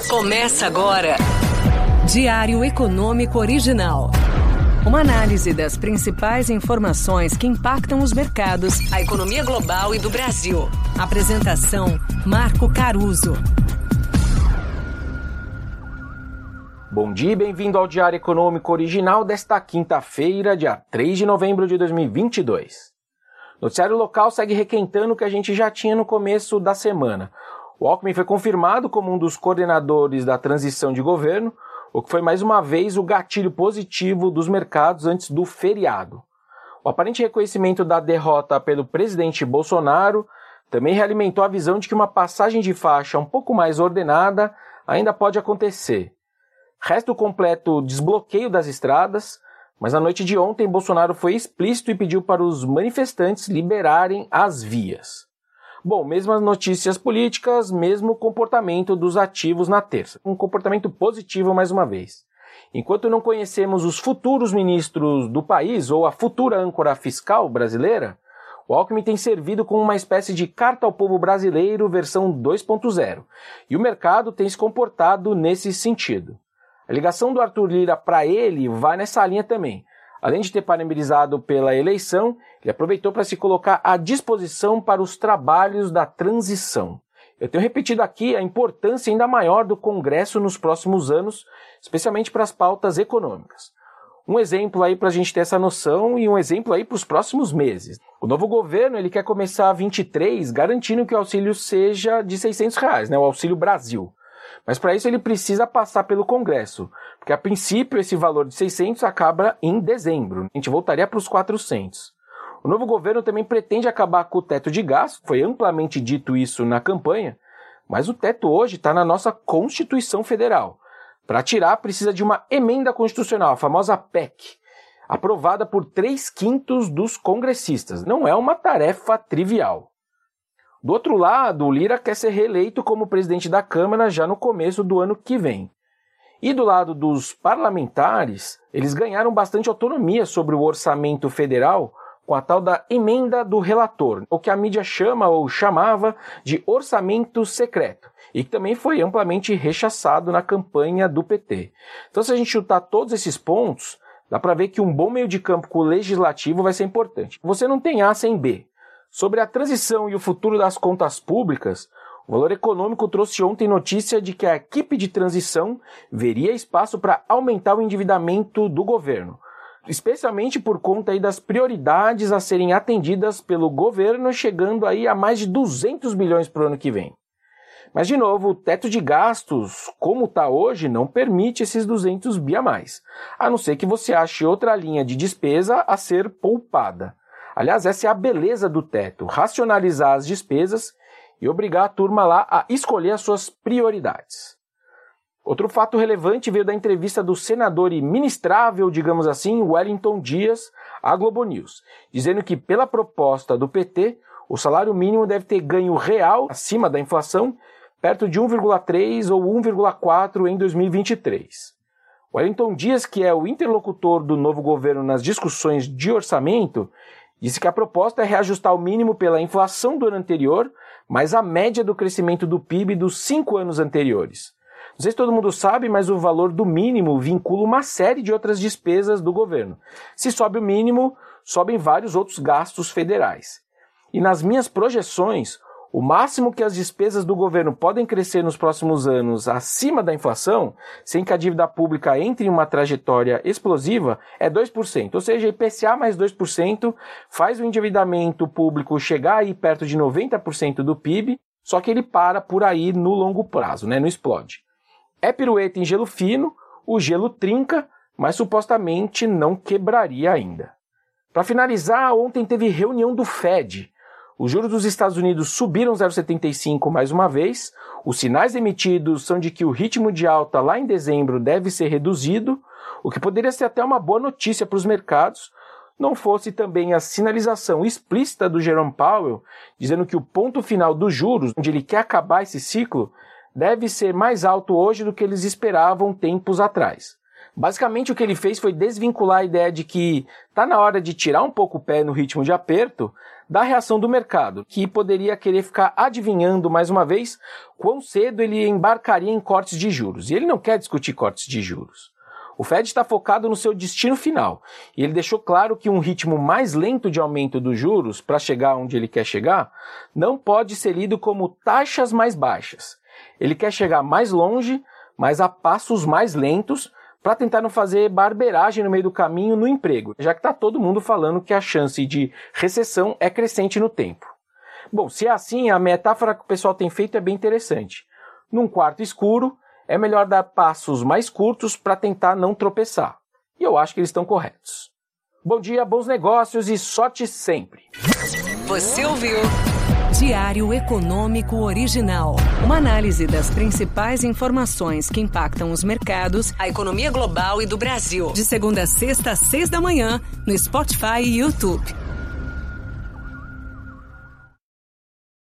Começa agora. Diário Econômico Original. Uma análise das principais informações que impactam os mercados, a economia global e do Brasil. Apresentação: Marco Caruso. Bom dia e bem-vindo ao Diário Econômico Original desta quinta-feira, dia 3 de novembro de 2022. O noticiário local segue requentando o que a gente já tinha no começo da semana. O Alckmin foi confirmado como um dos coordenadores da transição de governo, o que foi mais uma vez o gatilho positivo dos mercados antes do feriado. O aparente reconhecimento da derrota pelo presidente Bolsonaro também realimentou a visão de que uma passagem de faixa um pouco mais ordenada ainda pode acontecer. Resta o completo desbloqueio das estradas, mas na noite de ontem Bolsonaro foi explícito e pediu para os manifestantes liberarem as vias. Bom, mesmas notícias políticas, mesmo comportamento dos ativos na terça. Um comportamento positivo mais uma vez. Enquanto não conhecemos os futuros ministros do país ou a futura âncora fiscal brasileira, o Alckmin tem servido como uma espécie de carta ao povo brasileiro versão 2.0. E o mercado tem se comportado nesse sentido. A ligação do Arthur Lira para ele vai nessa linha também. Além de ter parabenizado pela eleição, ele aproveitou para se colocar à disposição para os trabalhos da transição. Eu tenho repetido aqui a importância ainda maior do Congresso nos próximos anos, especialmente para as pautas econômicas. Um exemplo aí para a gente ter essa noção e um exemplo aí para os próximos meses. O novo governo ele quer começar a 23 garantindo que o auxílio seja de R$600, o Auxílio Brasil. Mas para isso ele precisa passar pelo Congresso, porque a princípio esse valor de 600 acaba em dezembro. A gente voltaria para os 400. O novo governo também pretende acabar com o teto de gastos, foi amplamente dito isso na campanha, mas o teto hoje está na nossa Constituição Federal. Para tirar precisa de uma emenda constitucional, a famosa PEC, aprovada por 3/5 dos congressistas. Não é uma tarefa trivial. Do outro lado, o Lira quer ser reeleito como presidente da Câmara já no começo do ano que vem. E do lado dos parlamentares, eles ganharam bastante autonomia sobre o orçamento federal com a tal da emenda do relator, o que a mídia chama ou chamava de orçamento secreto, e que também foi amplamente rechaçado na campanha do PT. Então, se a gente chutar todos esses pontos, dá para ver que um bom meio de campo com o legislativo vai ser importante. Você não tem A sem B. Sobre a transição e o futuro das contas públicas, o Valor Econômico trouxe ontem notícia de que a equipe de transição veria espaço para aumentar o endividamento do governo, especialmente por conta aí das prioridades a serem atendidas pelo governo, chegando aí a mais de 200 bilhões para o ano que vem. Mas, de novo, o teto de gastos, como está hoje, não permite esses 200 bi a mais, a não ser que você ache outra linha de despesa a ser poupada. Aliás, essa é a beleza do teto, racionalizar as despesas e obrigar a turma lá a escolher as suas prioridades. Outro fato relevante veio da entrevista do senador e ministrável, digamos assim, Wellington Dias, à Globo News, dizendo que, pela proposta do PT, o salário mínimo deve ter ganho real, acima da inflação, perto de 1,3 ou 1,4 em 2023. Wellington Dias, que é o interlocutor do novo governo nas discussões de orçamento, disse que a proposta é reajustar o mínimo pela inflação do ano anterior, mais a média do crescimento do PIB dos 5 anos anteriores. Não sei se todo mundo sabe, mas o valor do mínimo vincula uma série de outras despesas do governo. Se sobe o mínimo, sobem vários outros gastos federais. E nas minhas projeções, o máximo que as despesas do governo podem crescer nos próximos anos acima da inflação, sem que a dívida pública entre em uma trajetória explosiva, é 2%. Ou seja, IPCA mais 2% faz o endividamento público chegar aí perto de 90% do PIB, só que ele para por aí no longo prazo, não explode. É pirueta em gelo fino, o gelo trinca, mas supostamente não quebraria ainda. Para finalizar, ontem teve reunião do Fed. Os juros dos Estados Unidos subiram 0,75 mais uma vez, os sinais emitidos são de que o ritmo de alta lá em dezembro deve ser reduzido, o que poderia ser até uma boa notícia para os mercados, não fosse também a sinalização explícita do Jerome Powell, dizendo que o ponto final dos juros, onde ele quer acabar esse ciclo, deve ser mais alto hoje do que eles esperavam tempos atrás. Basicamente o que ele fez foi desvincular a ideia de que está na hora de tirar um pouco o pé no ritmo de aperto da reação do mercado, que poderia querer ficar adivinhando mais uma vez quão cedo ele embarcaria em cortes de juros. E ele não quer discutir cortes de juros. O Fed está focado no seu destino final, e ele deixou claro que um ritmo mais lento de aumento dos juros, para chegar onde ele quer chegar, não pode ser lido como taxas mais baixas. Ele quer chegar mais longe, mas a passos mais lentos, para tentar não fazer barbeiragem no meio do caminho no emprego, já que está todo mundo falando que a chance de recessão é crescente no tempo. Bom, se é assim, a metáfora que o pessoal tem feito é bem interessante. Num quarto escuro, é melhor dar passos mais curtos para tentar não tropeçar. E eu acho que eles estão corretos. Bom dia, bons negócios e sorte sempre! Você ouviu Diário Econômico Original. Uma análise das principais informações que impactam os mercados, a economia global e do Brasil. De segunda a sexta, às 6 da manhã, no Spotify e YouTube.